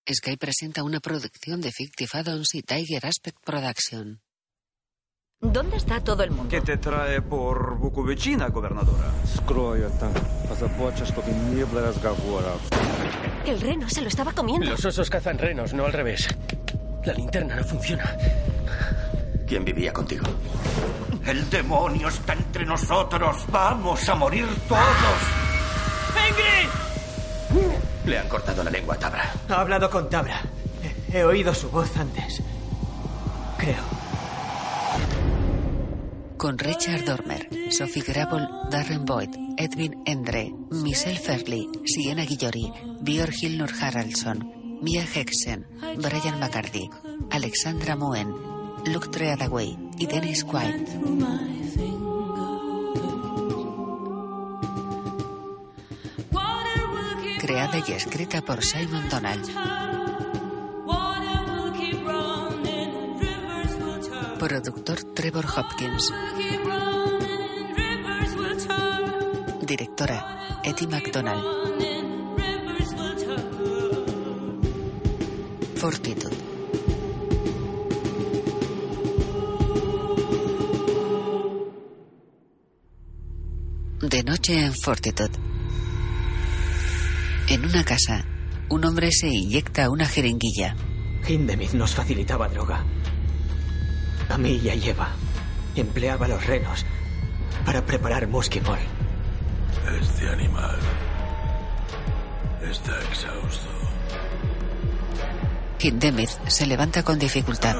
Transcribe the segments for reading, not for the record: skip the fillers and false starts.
Sky presenta una producción de Fictive Addons y Tiger Aspect Production. ¿Dónde está todo el mundo? ¿Qué te trae por Bukovicina, gobernadora? Скрой это. Позаботься, чтобы не было разговоров. El reno se lo estaba comiendo. Los osos cazan renos, no al revés. La linterna no funciona. ¿Quién vivía contigo? El demonio está entre nosotros. Vamos a morir todos. ¡Ingrid! Le han cortado la lengua a Tabra. Ha hablado con Tabra. He oído su voz antes. Creo. Con Richard Dormer, Sophie Grable, Darren Boyd, Edwin Endre, Michelle Fairley, Sienna Guillory, Björn Hilnur Haraldsson, Mia Hexen, Brian McCarthy, Alexandra Moen, Luke Treadaway y Dennis Quaid. Creada y escrita por Simon Donald. Productor Trevor Hopkins. Directora Eddie McDonald. Fortitude. De noche en Fortitude. En una casa, un hombre se inyecta una jeringuilla. Hindemith nos facilitaba droga. A mí y a Eva. Empleaba los renos para preparar muskimol. Este animal está exhausto. Hindemith se levanta con dificultad.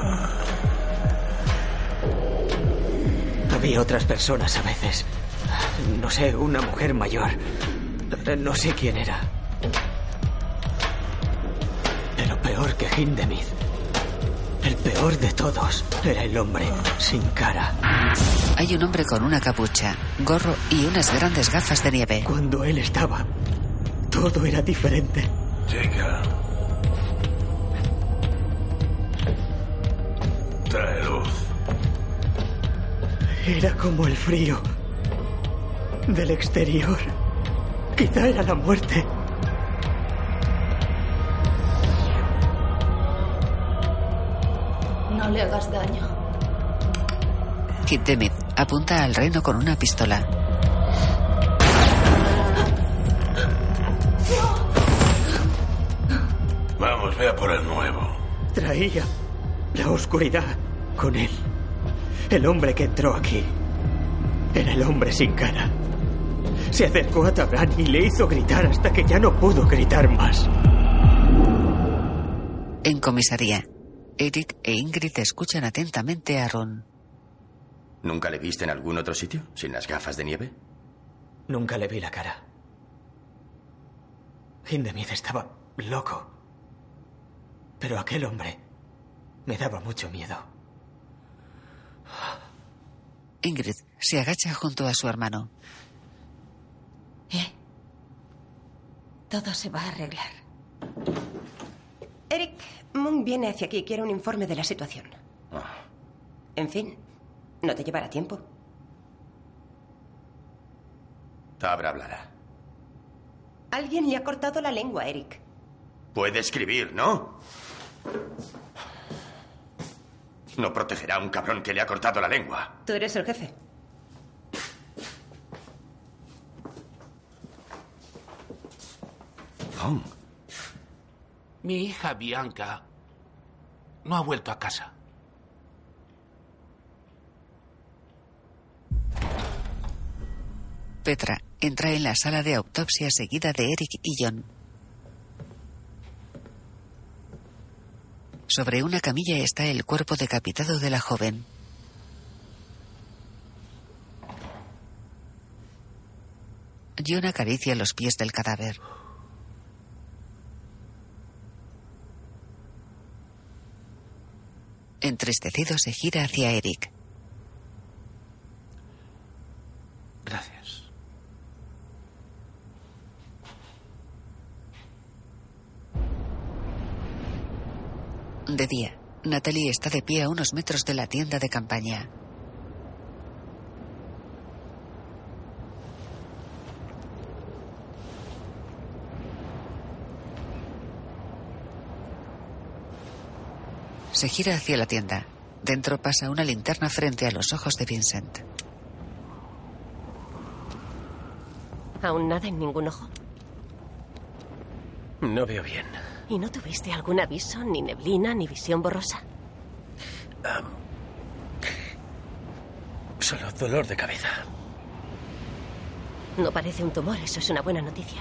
Había otras personas a veces. No sé, una mujer mayor. No sé quién era. Pero peor que Hindemith, el peor de todos, era el hombre sin cara. Hay un hombre con una capucha, gorro y unas grandes gafas de nieve. Cuando él estaba, todo era diferente. Chica. Trae luz. Era como el frío del exterior. Quizá era la muerte. No le hagas daño. Hindemith apunta al reno con una pistola. Vamos, ve a por el nuevo. Traía la oscuridad con él. El hombre que entró aquí era el hombre sin cara. Se acercó a Tabran y le hizo gritar hasta que ya no pudo gritar más. En comisaría, Eric e Ingrid escuchan atentamente a Ron. ¿Nunca le viste en algún otro sitio, sin las gafas de nieve? Nunca le vi la cara. Hindemith estaba loco. Pero aquel hombre me daba mucho miedo. Ingrid se agacha junto a su hermano. Todo se va a arreglar. Eric, Moon viene hacia aquí. Quiere un informe de la situación. En fin, no te llevará tiempo. Tabra hablará. Alguien le ha cortado la lengua, Eric. Puede escribir, ¿no? No protegerá a un cabrón que le ha cortado la lengua. Tú eres el jefe. Oh. Mi hija Bianca no ha vuelto a casa. Petra entra en la sala de autopsia seguida de Eric y John. Sobre una camilla está el cuerpo decapitado de la joven. John acaricia los pies del cadáver. Entristecido se gira hacia Eric. Gracias. De día, Natalie está de pie a unos metros de la tienda de campaña. Se gira hacia la tienda. Dentro pasa una linterna frente a los ojos de Vincent. ¿Aún nada en ningún ojo? No veo bien. ¿Y no tuviste algún aviso, ni neblina, ni visión borrosa? Solo dolor de cabeza. No parece un tumor, eso es una buena noticia.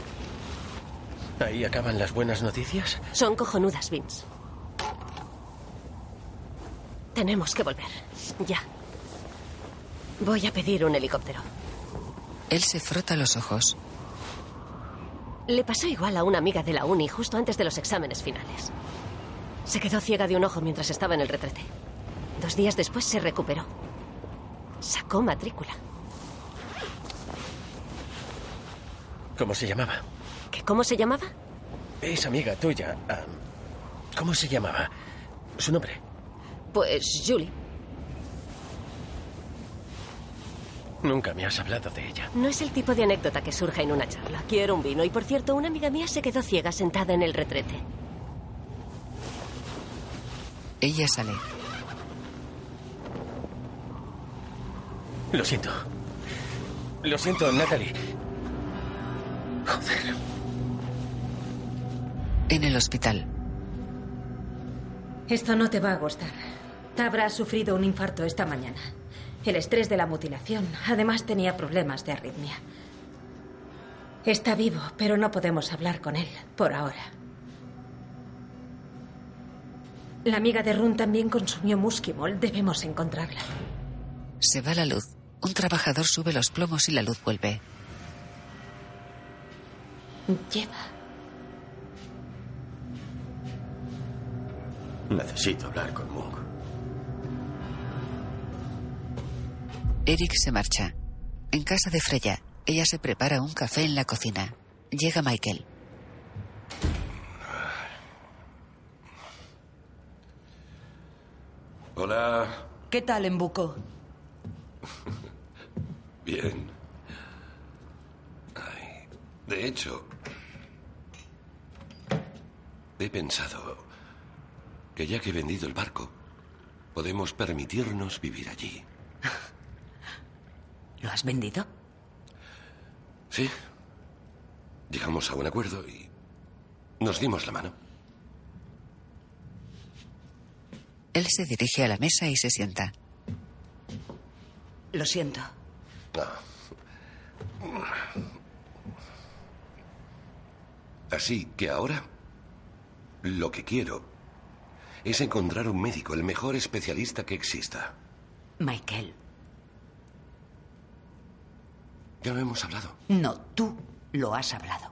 ¿Ahí acaban las buenas noticias? Son cojonudas, Vince. Tenemos que volver. Ya. Voy a pedir un helicóptero. Él se frota los ojos. Le pasó igual a una amiga de la uni justo antes de los exámenes finales. Se quedó ciega de un ojo mientras estaba en el retrete. 2 días después se recuperó. Sacó matrícula. ¿Cómo se llamaba? ¿Qué, cómo se llamaba? Es amiga tuya. ¿Cómo se llamaba? ¿Su nombre? Pues Julie. Nunca me has hablado de ella. No es el tipo de anécdota que surja en una charla. Quiero un vino. Y por cierto, una amiga mía se quedó ciega sentada en el retrete. Ella sale. Lo siento. Lo siento, Natalie. Joder. En el hospital. Esto no te va a gustar. Tabra ha sufrido un infarto esta mañana. El estrés de la mutilación. Además tenía problemas de arritmia. Está vivo, pero no podemos hablar con él por ahora. La amiga de Run también consumió Muskimol. Debemos encontrarla. Se va la luz. Un trabajador sube los plomos y la luz vuelve. Lleva. Necesito hablar con Munk. Eric se marcha. En casa de Freya, ella se prepara un café en la cocina. Llega Michael. Hola. ¿Qué tal en Bucco? Bien. Ay, de hecho, he pensado que ya que he vendido el barco, podemos permitirnos vivir allí. ¿Lo has vendido? Sí. Llegamos a un acuerdo y nos dimos la mano. Él se dirige a la mesa y se sienta. Lo siento. Así que ahora lo que quiero es encontrar un médico, el mejor especialista que exista. Michael. Ya lo hemos hablado. No, tú lo has hablado.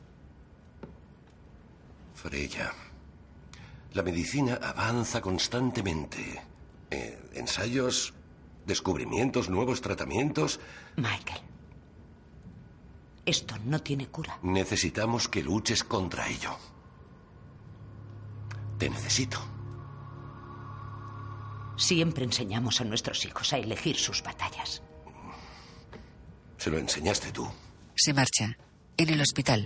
Freya, la medicina avanza constantemente. Ensayos, descubrimientos, nuevos tratamientos. Michael, esto no tiene cura. Necesitamos que luches contra ello. Te necesito. Siempre enseñamos a nuestros hijos a elegir sus batallas. Se lo enseñaste tú. Se marcha. En el hospital.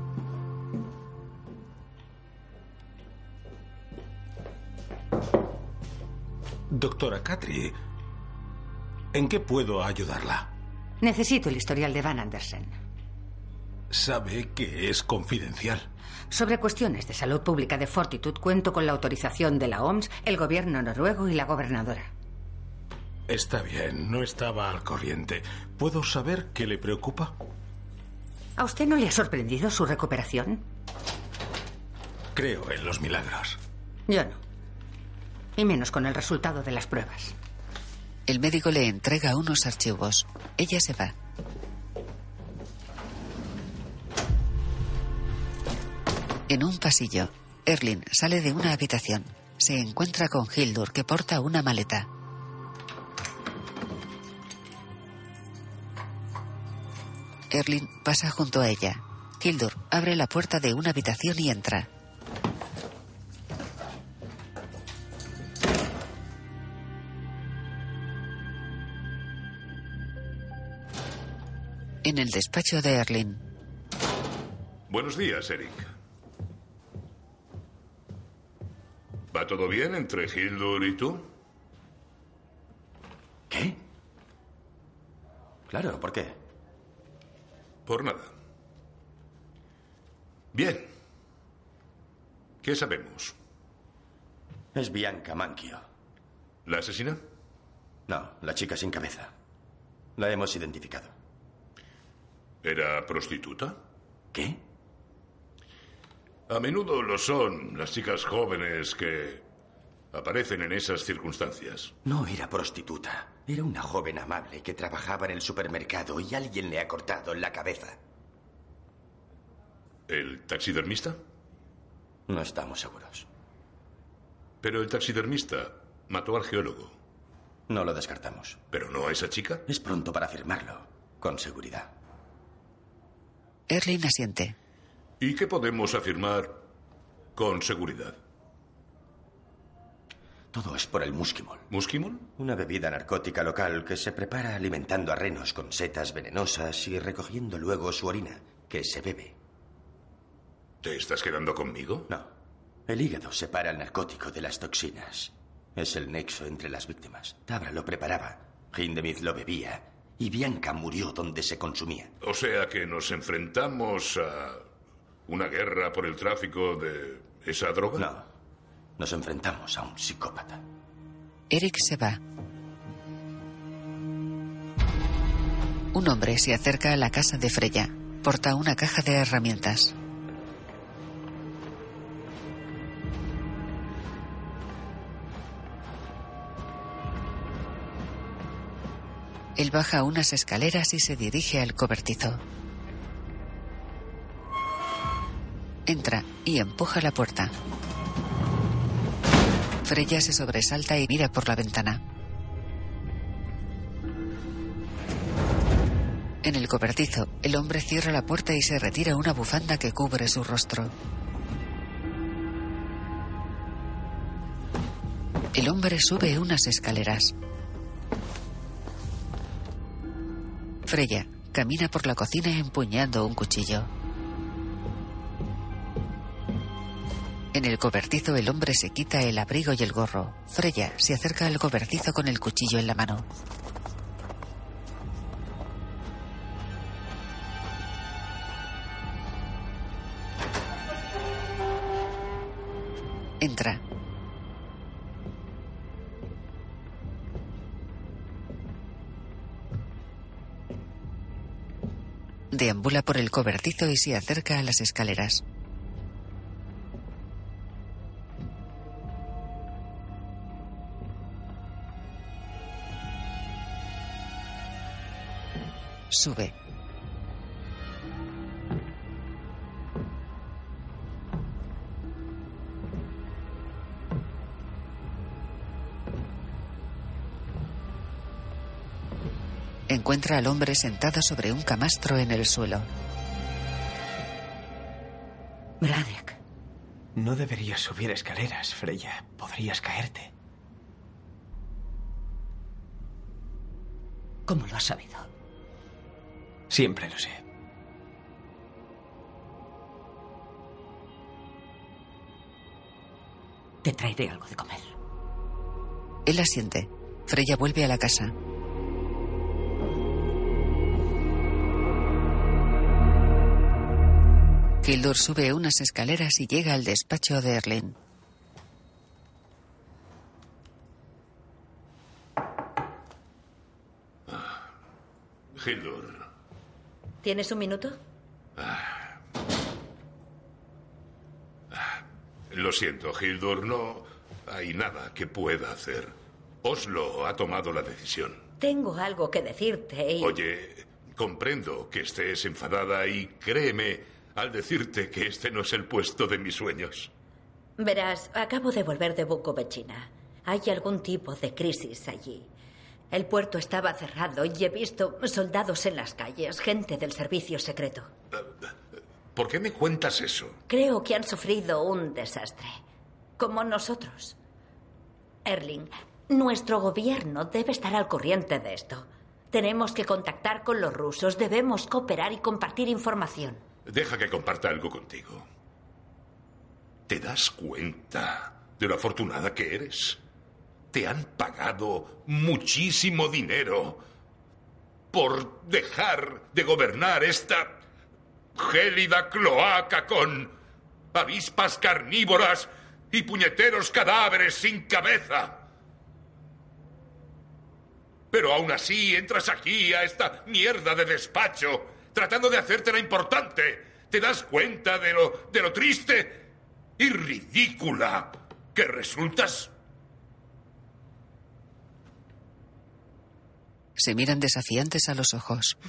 Doctora Katri, ¿en qué puedo ayudarla? Necesito el historial de Van Andersen. Sabe que es confidencial. Sobre cuestiones de salud pública de Fortitude cuento con la autorización de la OMS, el gobierno noruego y la gobernadora. Está bien, no estaba al corriente. ¿Puedo saber qué le preocupa? ¿A usted no le ha sorprendido su recuperación? Creo en los milagros. Yo no. Y menos con el resultado de las pruebas. El médico le entrega unos archivos. Ella se va. En un pasillo, Erling sale de una habitación. Se encuentra con Hildur, que porta una maleta. Erling pasa junto a ella. Hildur abre la puerta de una habitación y entra. En el despacho de Erling. Buenos días, Eric. ¿Va todo bien entre Hildur y tú? ¿Qué? Claro, ¿por qué? Por nada. Bien. ¿Qué sabemos? Es Bianca Manchio. ¿La asesina? No, la chica sin cabeza. La hemos identificado. ¿Era prostituta? ¿Qué? A menudo lo son las chicas jóvenes que aparecen en esas circunstancias. No era prostituta. Era una joven amable que trabajaba en el supermercado y alguien le ha cortado la cabeza. ¿El taxidermista? No estamos seguros. Pero el taxidermista mató al geólogo. No lo descartamos. ¿Pero no a esa chica? Es pronto para afirmarlo, con seguridad. Erling asiente. ¿Y qué podemos afirmar con seguridad? Todo es por el muskimol. ¿Muskimol? Una bebida narcótica local que se prepara alimentando a renos con setas venenosas y recogiendo luego su orina, que se bebe. ¿Te estás quedando conmigo? No. El hígado separa el narcótico de las toxinas. Es el nexo entre las víctimas. Tabra lo preparaba, Hindemith lo bebía y Bianca murió donde se consumía. O sea que nos enfrentamos a una guerra por el tráfico de esa droga. No. Nos enfrentamos a un psicópata. Eric se va. Un hombre se acerca a la casa de Freya. Porta una caja de herramientas. Él baja unas escaleras y se dirige al cobertizo. Entra y empuja la puerta. Freya se sobresalta y mira por la ventana. En el cobertizo, el hombre cierra la puerta y se retira una bufanda que cubre su rostro. El hombre sube unas escaleras. Freya camina por la cocina empuñando un cuchillo. En el cobertizo el hombre se quita el abrigo y el gorro. Freya se acerca al cobertizo con el cuchillo en la mano. Entra. Deambula por el cobertizo y se acerca a las escaleras. Sube. Encuentra al hombre sentado sobre un camastro en el suelo. Bradek. No deberías subir escaleras, Freya. Podrías caerte. ¿Cómo lo has sabido? Siempre lo sé. Te traeré algo de comer. Él asiente. Freya vuelve a la casa. Hildur sube unas escaleras y llega al despacho de Erling. Hildur. ¿Tienes un minuto? Lo siento, Hildur, no hay nada que pueda hacer. Oslo ha tomado la decisión. Tengo algo que decirte y... Oye, comprendo que estés enfadada y créeme al decirte que este no es el puesto de mis sueños. Verás, acabo de volver de Bukovechina. Hay algún tipo de crisis allí. El puerto estaba cerrado y he visto soldados en las calles, gente del servicio secreto. ¿Por qué me cuentas eso? Creo que han sufrido un desastre, como nosotros. Erling, nuestro gobierno debe estar al corriente de esto. Tenemos que contactar con los rusos, debemos cooperar y compartir información. Deja que comparta algo contigo. ¿Te das cuenta de lo afortunada que eres. Te han pagado muchísimo dinero por dejar de gobernar esta gélida cloaca con avispas carnívoras y puñeteros cadáveres sin cabeza. Pero aún así entras aquí a esta mierda de despacho tratando de hacértela importante. ¿Te das cuenta de lo triste y ridícula que resultas? Se miran desafiantes a los ojos.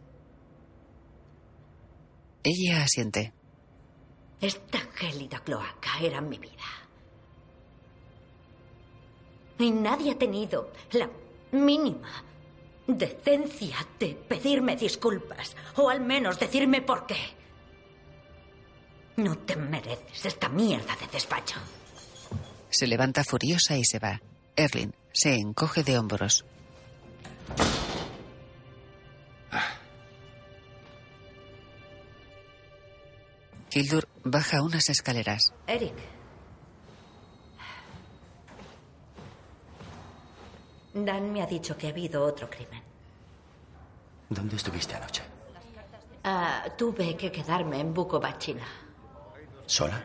Ella asiente. Esta gélida cloaca era mi vida. Y nadie ha tenido la mínima decencia de pedirme disculpas, o al menos decirme por qué. No te mereces esta mierda de despacho. Se levanta furiosa y se va. Erling se encoge de hombros. Hildur baja unas escaleras. Eric. Dan me ha dicho que ha habido otro crimen. ¿Dónde estuviste anoche? Tuve que quedarme en Bukovachina. ¿Sola?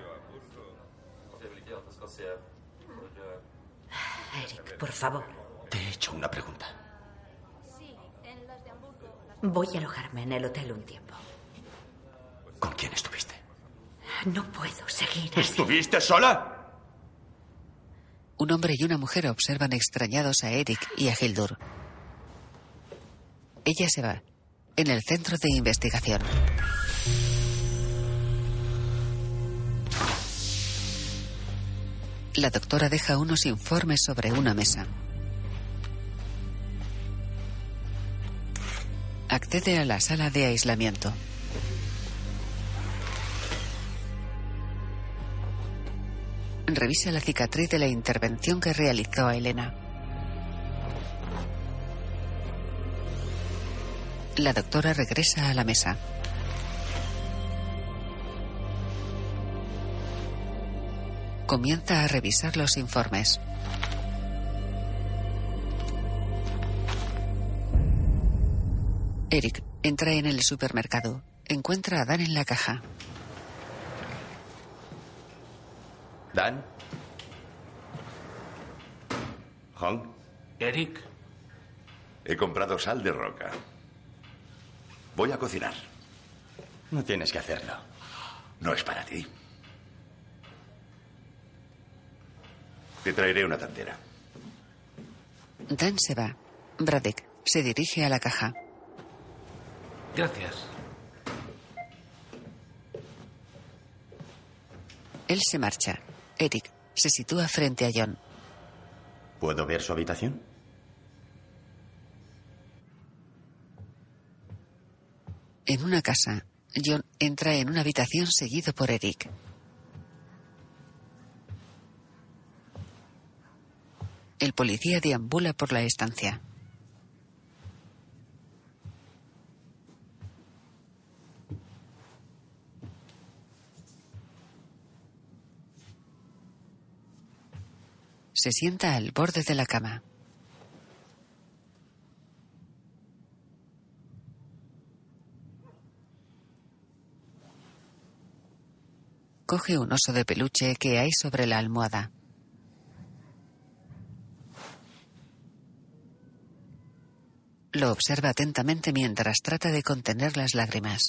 Eric, por favor. Te he hecho una pregunta. Voy a alojarme en el hotel un tiempo. ¿Con quién estuviste? No puedo seguir así. ¿Estuviste sola? Un hombre y una mujer observan extrañados a Eric y a Hildur. Ella se va. En el centro de investigación. La doctora deja unos informes sobre una mesa. Accede a la sala de aislamiento. Revisa la cicatriz de la intervención que realizó a Elena. La doctora regresa a la mesa. Comienza a revisar los informes. Eric entra en el supermercado. Encuentra a Dan en la caja. ¿Dan? ¿Hong? Eric. He comprado sal de roca. Voy a cocinar. No tienes que hacerlo. No es para ti. Te traeré una tantera. Dan se va. Braddock se dirige a la caja. Gracias. Él se marcha. Eric se sitúa frente a John. ¿Puedo ver su habitación? En una casa, John entra en una habitación seguido por Eric. El policía deambula por la estancia. Se sienta al borde de la cama. Coge un oso de peluche que hay sobre la almohada. Lo observa atentamente mientras trata de contener las lágrimas.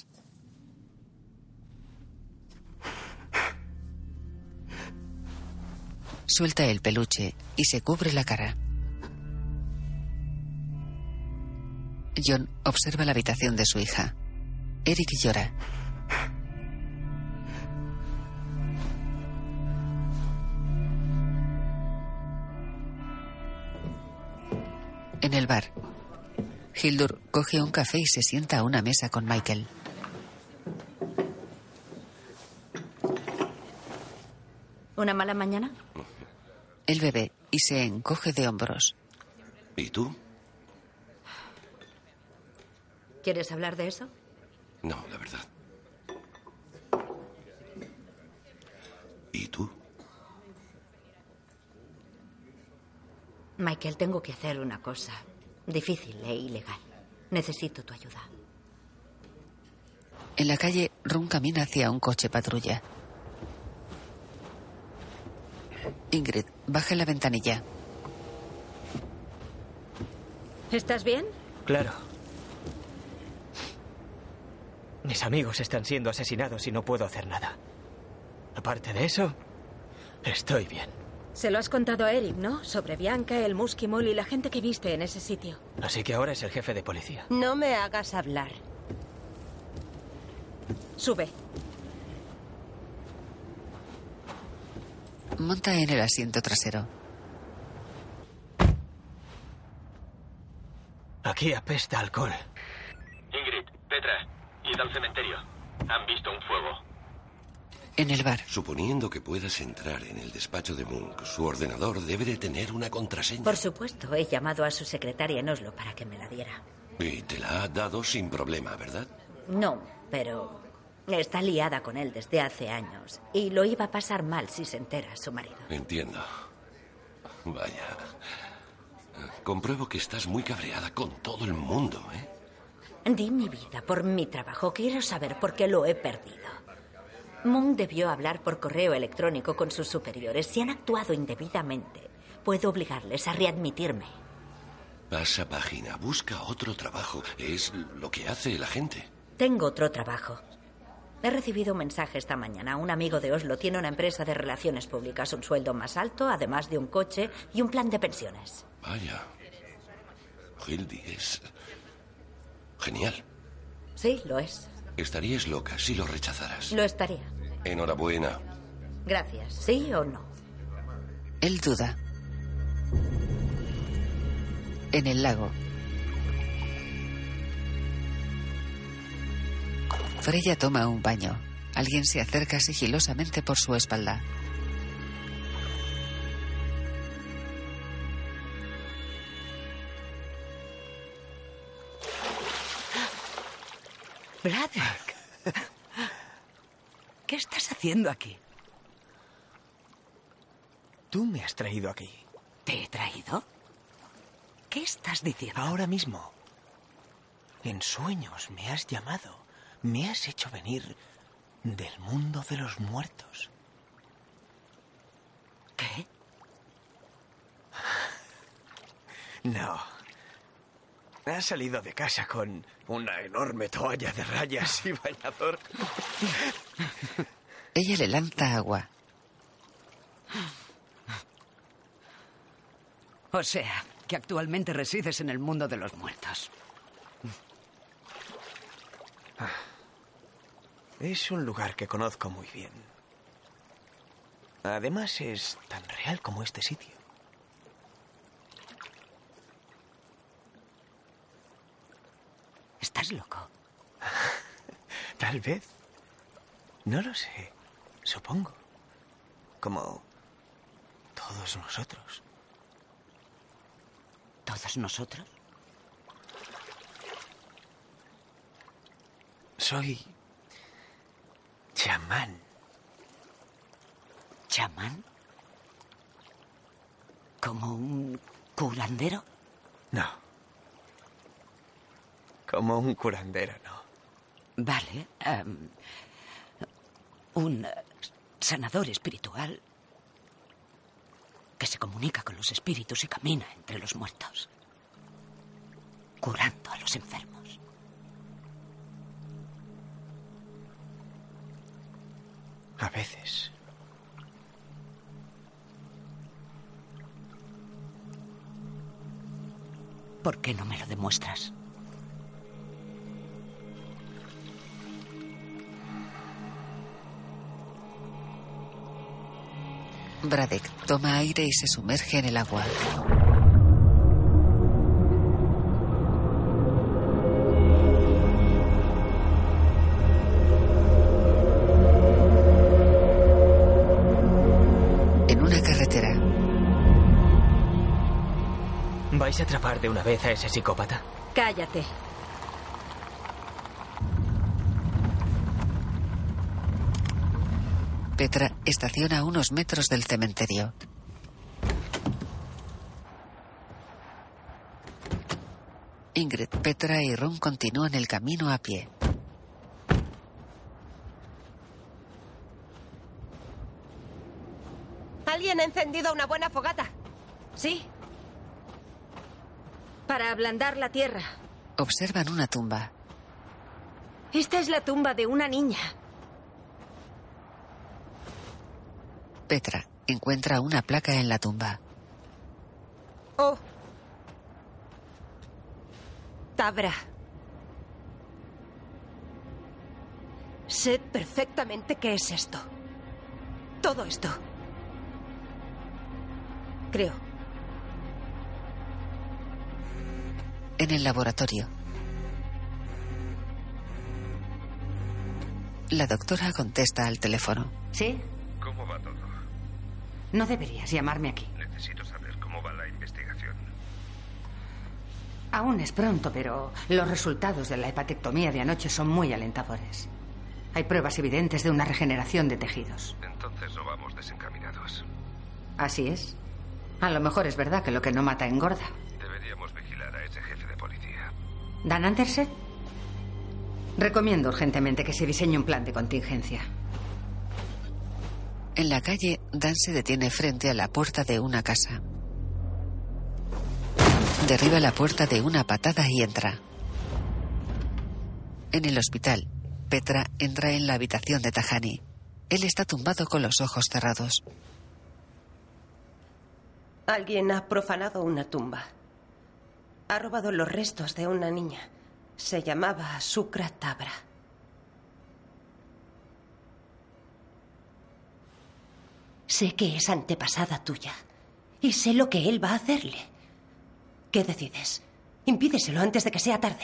Suelta el peluche y se cubre la cara. John observa la habitación de su hija. Eric llora. En el bar, Hildur coge un café y se sienta a una mesa con Michael. ¿Una mala mañana? Él bebe y se encoge de hombros. ¿Y tú? ¿Quieres hablar de eso? No, la verdad. ¿Y tú? Michael, tengo que hacer una cosa difícil e ilegal. Necesito tu ayuda. En la calle, Run camina hacia un coche patrulla. Ingrid baja la ventanilla. ¿Estás bien? Claro. Mis amigos están siendo asesinados y no puedo hacer nada. Aparte de eso, estoy bien. Se lo has contado a Eric, ¿no? Sobre Bianca, el Muskie Mall y la gente que viste en ese sitio. Así que ahora es el jefe de policía. No me hagas hablar. Sube. Monta en el asiento trasero. Aquí apesta alcohol. Ingrid, Petra, id al cementerio. Han visto un fuego. En el bar. Suponiendo que puedas entrar en el despacho de Munch, su ordenador debe de tener una contraseña. Por supuesto, he llamado a su secretaria en Oslo para que me la diera. Y te la ha dado sin problema, ¿verdad? No, pero está liada con él desde hace años. Y lo iba a pasar mal si se entera su marido. Entiendo. Vaya. Compruebo que estás muy cabreada con todo el mundo, ¿eh? Di mi vida por mi trabajo. Quiero saber por qué lo he perdido. Munch debió hablar por correo electrónico con sus superiores. Si han actuado indebidamente, puedo obligarles a readmitirme. Pasa página, busca otro trabajo. Es lo que hace la gente. Tengo otro trabajo. He recibido un mensaje esta mañana. Un amigo de Oslo tiene una empresa de relaciones públicas, un sueldo más alto, además de un coche y un plan de pensiones. Vaya. Hildy, es genial. Sí, lo es. Estarías loca si lo rechazaras. Lo estaría. Enhorabuena. Gracias. ¿Sí o no? Él duda. En el lago. Freya toma un baño. Alguien se acerca sigilosamente por su espalda. Braddock. ¿Qué estás haciendo aquí? Tú me has traído aquí. ¿Te he traído? ¿Qué estás diciendo? Ahora mismo. En sueños me has llamado. Me has hecho venir del mundo de los muertos. ¿Qué? No. Has salido de casa con una enorme toalla de rayas y bañador. Ella le lanza agua. O sea, que actualmente resides en el mundo de los muertos. Es un lugar que conozco muy bien. Además, es tan real como este sitio. ¿Estás loco? Tal vez. No lo sé. Supongo. Como todos nosotros. ¿Todos nosotros? Soy chamán. ¿Chamán? ¿Como un curandero? No. Como un curandero, no. Vale. Un sanador espiritual que se comunica con los espíritus y camina entre los muertos, curando a los enfermos. A veces. ¿Por qué no me lo demuestras? Braddock toma aire y se sumerge en el agua. En una carretera. ¿Vais a atrapar de una vez a ese psicópata? Cállate. Petra estaciona a unos metros del cementerio. Ingrid, Petra y Ron continúan el camino a pie. ¿Alguien ha encendido una buena fogata? Sí. Para ablandar la tierra. Observan una tumba. Esta es la tumba de una niña. Petra encuentra una placa en la tumba. Oh. Tabra. Sé perfectamente qué es esto. Todo esto. Creo. En el laboratorio. La doctora contesta al teléfono. ¿Sí? ¿Cómo va todo? No deberías llamarme aquí. Necesito saber cómo va la investigación. Aún es pronto, pero los resultados de la hepatectomía de anoche son muy alentadores. Hay pruebas evidentes de una regeneración de tejidos. Entonces no vamos desencaminados. Así es. A lo mejor es verdad que lo que no mata engorda. Deberíamos vigilar a ese jefe de policía. ¿Dan Andersen? Recomiendo urgentemente que se diseñe un plan de contingencia. En la calle, Dan se detiene frente a la puerta de una casa. Derriba la puerta de una patada y entra. En el hospital, Petra entra en la habitación de Tahani. Él está tumbado con los ojos cerrados. Alguien ha profanado una tumba. Ha robado los restos de una niña. Se llamaba Sukra Tabra. Sé que es antepasada tuya. Y sé lo que él va a hacerle. ¿Qué decides? Impídeselo antes de que sea tarde.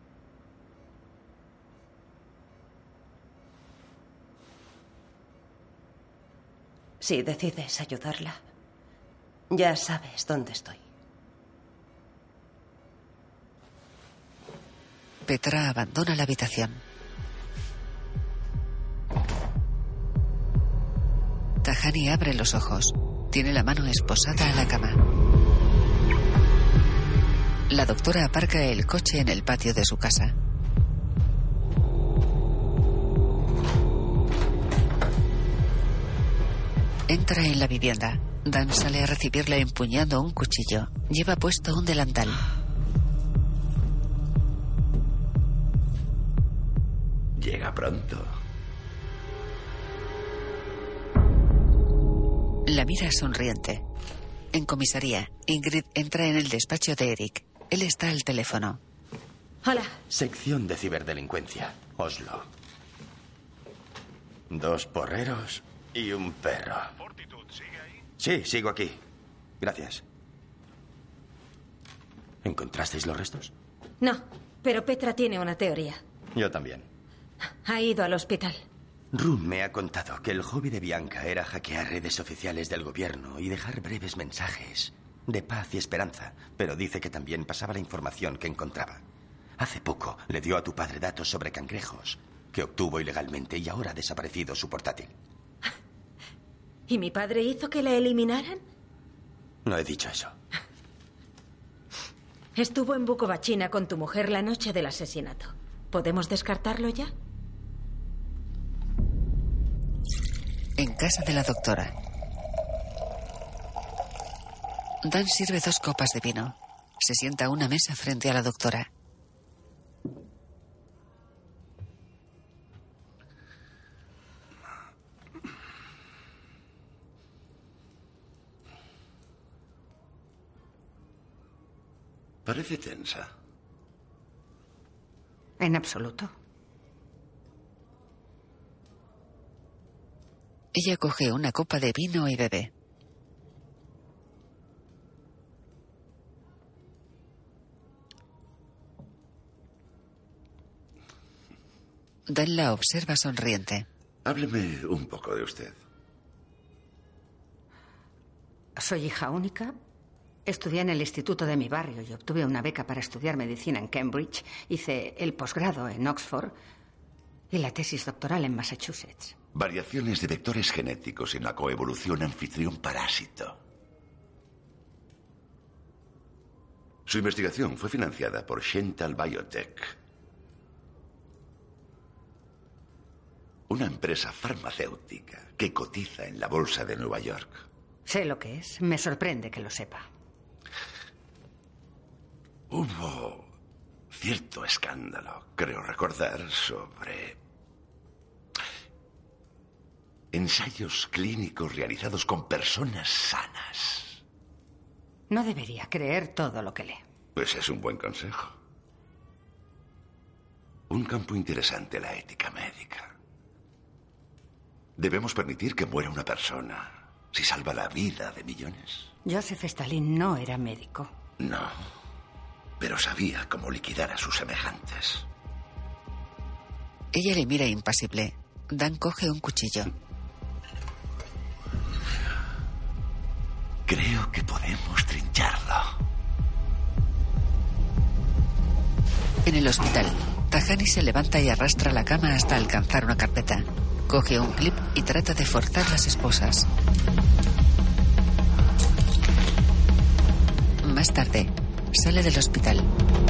Si decides ayudarla, ya sabes dónde estoy. Petra abandona la habitación. Tahani abre los ojos. Tiene la mano esposada a la cama. La doctora aparca el coche en el patio de su casa. Entra en la vivienda. Dan sale a recibirla empuñando un cuchillo. Lleva puesto un delantal. Llega pronto. La mira sonriente. En comisaría, Ingrid entra en el despacho de Eric. Él está al teléfono. Hola. Sección de ciberdelincuencia, Oslo. 2 porreros y un perro. ¿Fortitude sigue ahí? Sí, sigo aquí. Gracias. ¿Encontrasteis los restos? No, pero Petra tiene una teoría. Yo también. Ha ido al hospital. Rune me ha contado que el hobby de Bianca era hackear redes oficiales del gobierno y dejar breves mensajes de paz y esperanza, pero dice que también pasaba la información que encontraba. Hace poco le dio a tu padre datos sobre cangrejos, que obtuvo ilegalmente y ahora ha desaparecido su portátil. ¿Y mi padre hizo que la eliminaran? No he dicho eso. Estuvo en Bukovachina con tu mujer la noche del asesinato. ¿Podemos descartarlo ya? En casa de la doctora. Dan sirve 2 copas de vino. Se sienta a una mesa frente a la doctora. Parece tensa. En absoluto. Ella coge una copa de vino y bebe. Dan la observa sonriente. Hábleme un poco de usted. Soy hija única. Estudié en el instituto de mi barrio y obtuve una beca para estudiar medicina en Cambridge. Hice el posgrado en Oxford y la tesis doctoral en Massachusetts. Variaciones de vectores genéticos en la coevolución anfitrión-parásito. Su investigación fue financiada por Shental Biotech, una empresa farmacéutica que cotiza en la bolsa de Nueva York. Sé lo que es. Me sorprende que lo sepa. Hubo cierto escándalo, creo recordar, sobre ensayos clínicos realizados con personas sanas. No debería creer todo lo que lee. Pues es un buen consejo. Un campo interesante, la ética médica. Debemos permitir que muera una persona si salva la vida de millones. Joseph Stalin no era médico. No, pero sabía cómo liquidar a sus semejantes. Ella le mira impasible. Dan coge un cuchillo. Creo que podemos trincharlo. En el hospital, Tahani se levanta y arrastra la cama hasta alcanzar una carpeta. Coge un clip y trata de forzar las esposas. Más tarde, sale del hospital.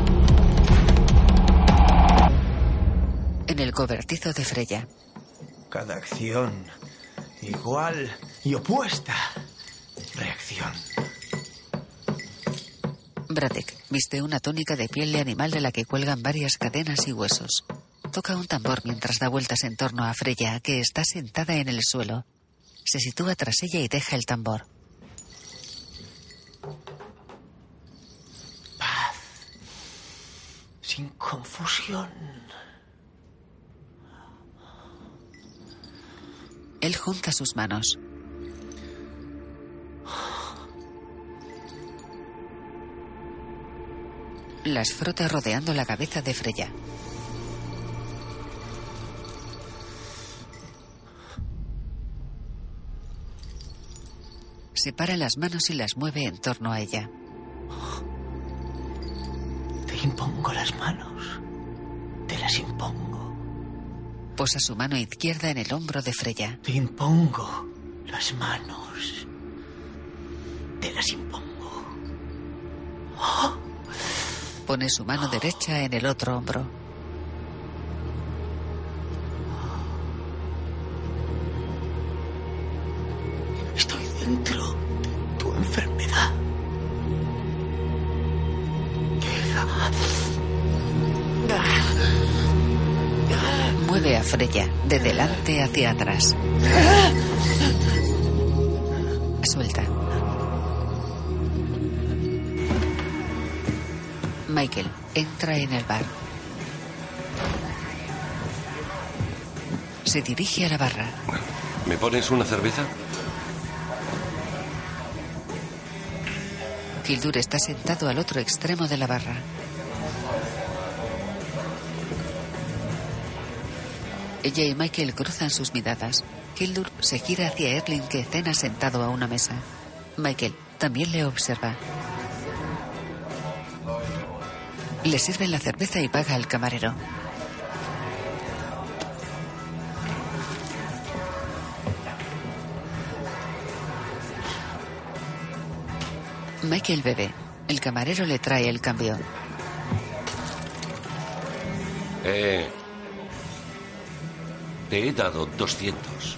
En el cobertizo de Freya. Cada acción igual y opuesta. Reacción. Bradek viste una túnica de piel de animal de la que cuelgan varias cadenas y huesos. Toca un tambor mientras da vueltas en torno a Freya, que está sentada en el suelo. Se sitúa tras ella y deja el tambor. Paz. Sin confusión. Él junta sus manos. Las frota rodeando la cabeza de Freya. Separa las manos y las mueve en torno a ella. Te impongo las manos. Te las impongo. Posa su mano izquierda en el hombro de Freya. Te impongo las manos. Te las impongo. ¡Oh! Pone su mano derecha en el otro hombro. Estoy dentro de tu enfermedad. Mueve a Freya de delante hacia atrás. Suelta. Michael entra en el bar. Se dirige a la barra. ¿Me pones una cerveza? Hildur está sentado al otro extremo de la barra. Ella y Michael cruzan sus miradas. Hildur se gira hacia Erling, que cena sentado a una mesa. Michael también le observa. Le sirven la cerveza y paga al camarero. Michael bebe. El camarero le trae el cambio. Te he dado 200.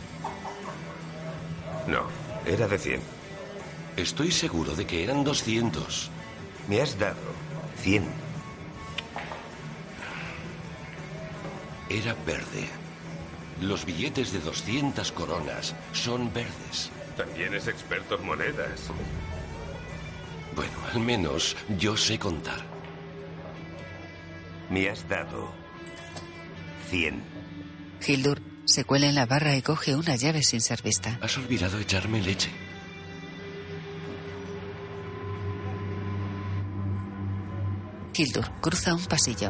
No, era de 100. Estoy seguro de que eran 200. Me has dado 100. Era verde. Los billetes de 200 coronas son verdes. También es experto en monedas. Bueno, al menos yo sé contar. Me has dado 100. Hildur se cuela en la barra y coge una llave sin ser vista. Has olvidado echarme leche. Hildur cruza un pasillo.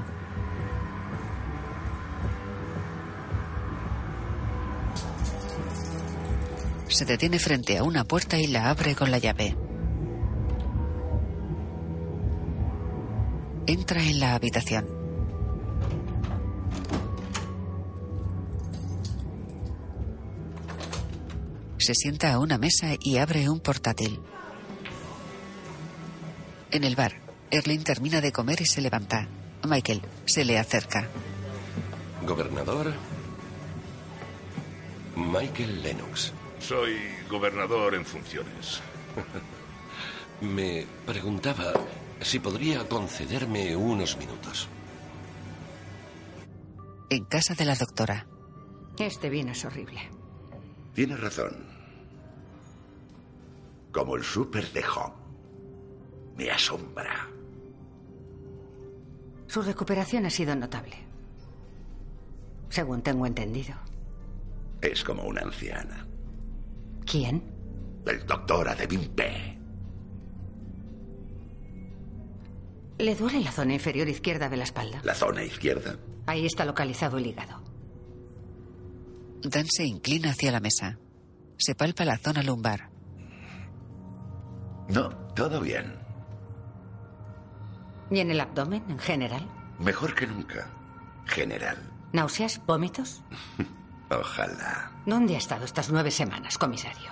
Se detiene frente a una puerta y la abre con la llave. Entra en la habitación. Se sienta a una mesa y abre un portátil. En el bar, Erling termina de comer y se levanta. Michael se le acerca. Gobernador Michael Lennox. Soy gobernador en funciones. Me preguntaba si podría concederme unos minutos. En casa de la doctora. Este vino es horrible. Tienes razón. Como el súper de Hong. Me asombra. Su recuperación ha sido notable. Según tengo entendido. Es como una anciana. ¿Quién? El doctor Adebimpe. ¿Le duele la zona inferior izquierda de la espalda? ¿La zona izquierda? Ahí está localizado el hígado. Dan se inclina hacia la mesa. Se palpa la zona lumbar. No, todo bien. ¿Y en el abdomen, en general? Mejor que nunca. General. ¿Náuseas? ¿Vómitos? Ojalá. ¿Dónde ha estado estas 9 semanas, comisario?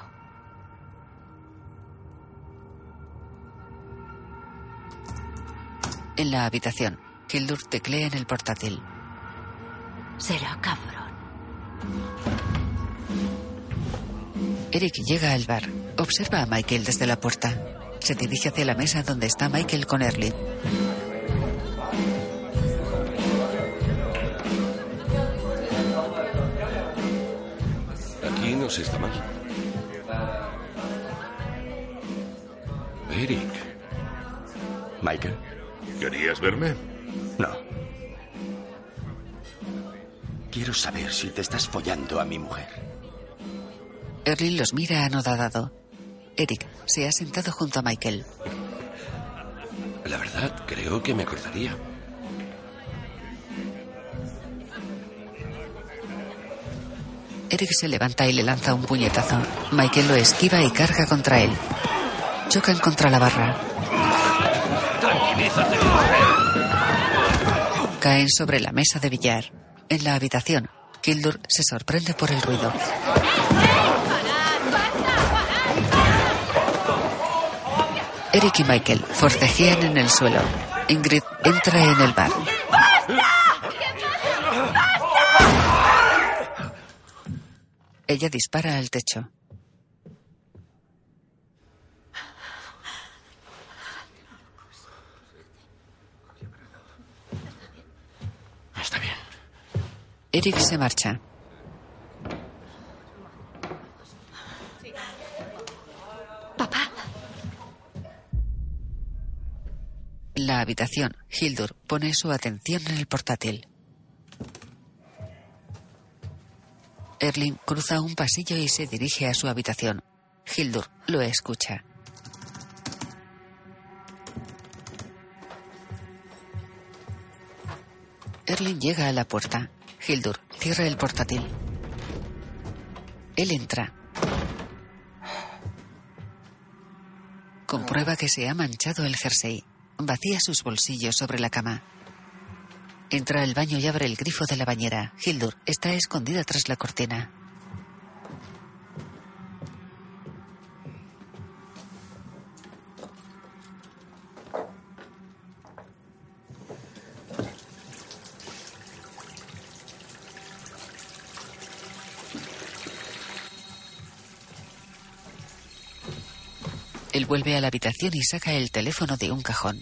En la habitación, Hildur teclea en el portátil. Será cabrón. Eric llega al bar. Observa a Michael desde la puerta. Se dirige hacia la mesa donde está Michael con Erling. Aquí no se está mal. Eric. Michael. ¿Querías verme? No. Quiero saber si te estás follando a mi mujer. Erling los mira anodadado. Eric se ha sentado junto a Michael. La verdad, creo que me acordaría. Eric se levanta y le lanza un puñetazo. Michael lo esquiva y carga contra él. Chocan contra la barra. ¡Tranquilízate! Caen sobre la mesa de billar. En la habitación, Hildur se sorprende por el ruido. Eric y Michael forcejean en el suelo. Ingrid entra en el bar. Ella dispara al techo. Está bien. Eric se marcha. Papá. En la habitación, Hildur pone su atención en el portátil. Erling cruza un pasillo y se dirige a su habitación. Hildur lo escucha. Erling llega a la puerta. Hildur cierra el portátil. Él entra. Comprueba que se ha manchado el jersey. Vacía sus bolsillos sobre la cama. Entra al baño y abre el grifo de la bañera. Hildur está escondida tras la cortina. Él vuelve a la habitación y saca el teléfono de un cajón.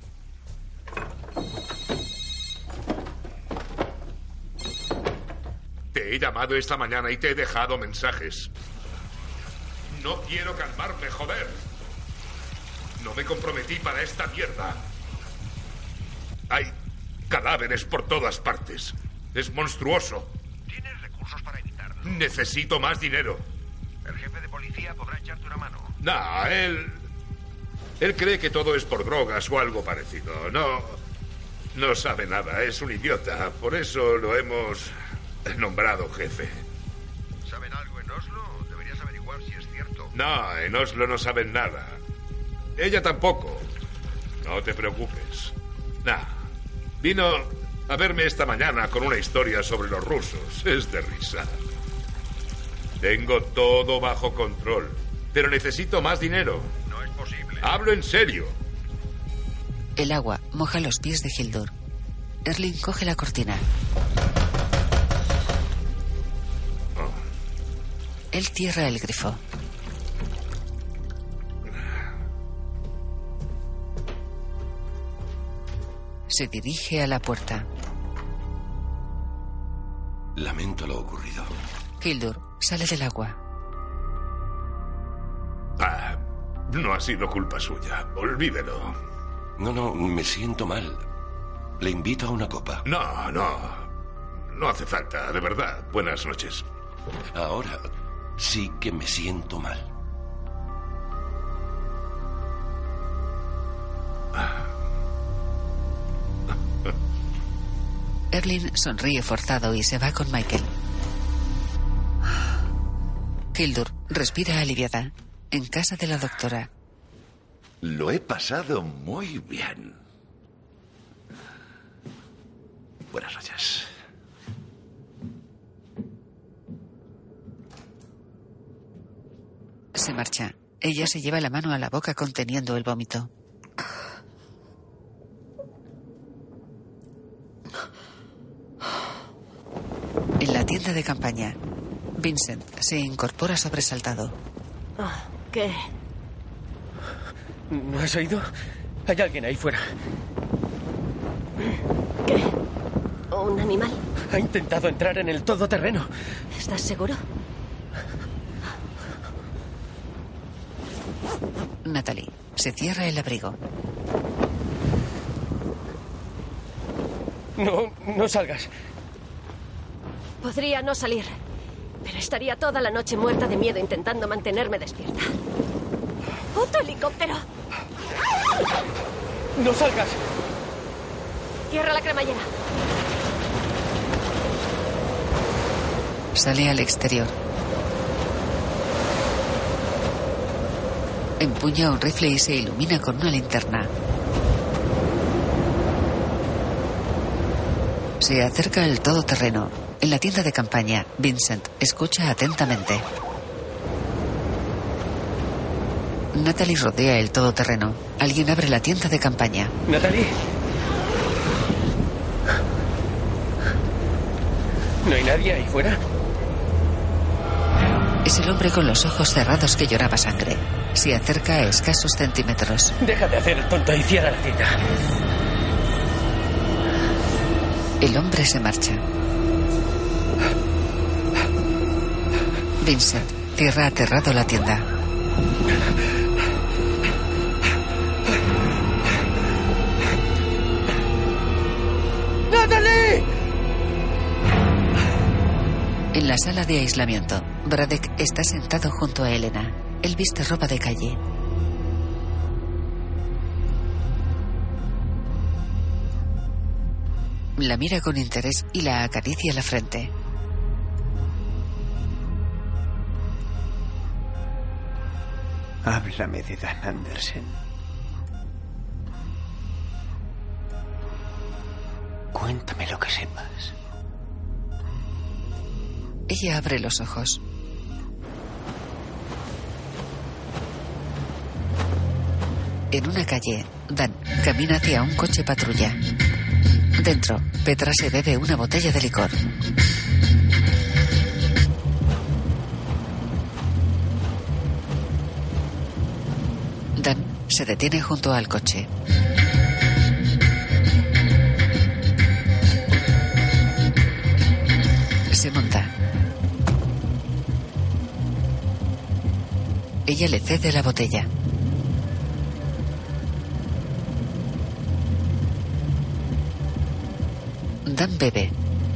Te he llamado esta mañana y te he dejado mensajes. No quiero calmarme, joder. No me comprometí para esta mierda. Hay cadáveres por todas partes. Es monstruoso. ¿Tienes recursos para evitarlo? Necesito más dinero. El jefe de policía podrá echarte una mano. No, él cree que todo es por drogas o algo parecido. No sabe nada, es un idiota. Por eso lo hemos nombrado jefe. ¿Saben algo en Oslo? Deberías averiguar si es cierto. No, en Oslo no saben nada. Ella tampoco. No te preocupes. Nah. Vino a verme esta mañana con una historia sobre los rusos. Es de risa. Tengo todo bajo control. Pero necesito más dinero. No es posible. Hablo en serio. El agua moja los pies de Hildur. Erling coge la cortina. Él cierra el grifo. Se dirige a la puerta. Lamento lo ocurrido. Hildur sale del agua. No ha sido culpa suya. Olvídelo. No, me siento mal. Le invito a una copa. No. No hace falta, de verdad. Buenas noches. Ahora sí que me siento mal. Erling sonríe forzado y se va con Michael. Hildur respira aliviada. En casa de la doctora. Lo he pasado muy bien. Buenas noches. Se marcha. Ella se lleva la mano a la boca conteniendo el vómito. En la tienda de campaña, Vincent se incorpora sobresaltado. ¿Qué? ¿No has oído? Hay alguien ahí fuera. ¿Qué? ¿Un animal? Ha intentado entrar en el todoterreno. ¿Estás seguro? Natalie se cierra el abrigo. No salgas. Podría no salir, pero estaría toda la noche muerta de miedo intentando mantenerme despierta. ¡Puto helicóptero! ¡No salgas! Cierra la cremallera. Sale al exterior. Empuña un rifle y se ilumina con una linterna. Se acerca al todoterreno. En la tienda de campaña, Vincent escucha atentamente. Natalie rodea el todoterreno. Alguien abre la tienda de campaña. ¿Natalie? ¿No hay nadie ahí fuera? Es el hombre con los ojos cerrados que lloraba sangre. Se acerca a escasos centímetros. Deja de hacer el tonto y cierra la tienda. El hombre se marcha. Vincent cierra aterrado la tienda. ¡Natalie! En la sala de aislamiento, Bradek está sentado junto a Elena. Él viste ropa de calle. La mira con interés y la acaricia la frente. Háblame de Dan Andersen. Cuéntame lo que sepas. Ella abre los ojos. En una calle, Dan camina hacia un coche patrulla. Dentro, Petra se bebe una botella de licor. Dan se detiene junto al coche. Se monta. Ella le cede la botella. Dan bebe.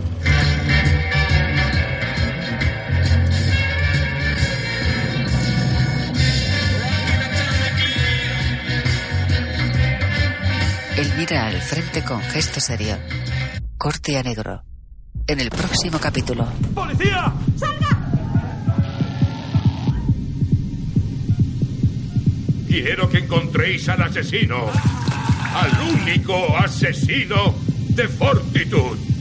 Él mira al frente con gesto serio. Corte a negro. En el próximo capítulo. ¡Policía! ¡Salga! Quiero que encontréis al asesino. Al único asesino de Fortitude.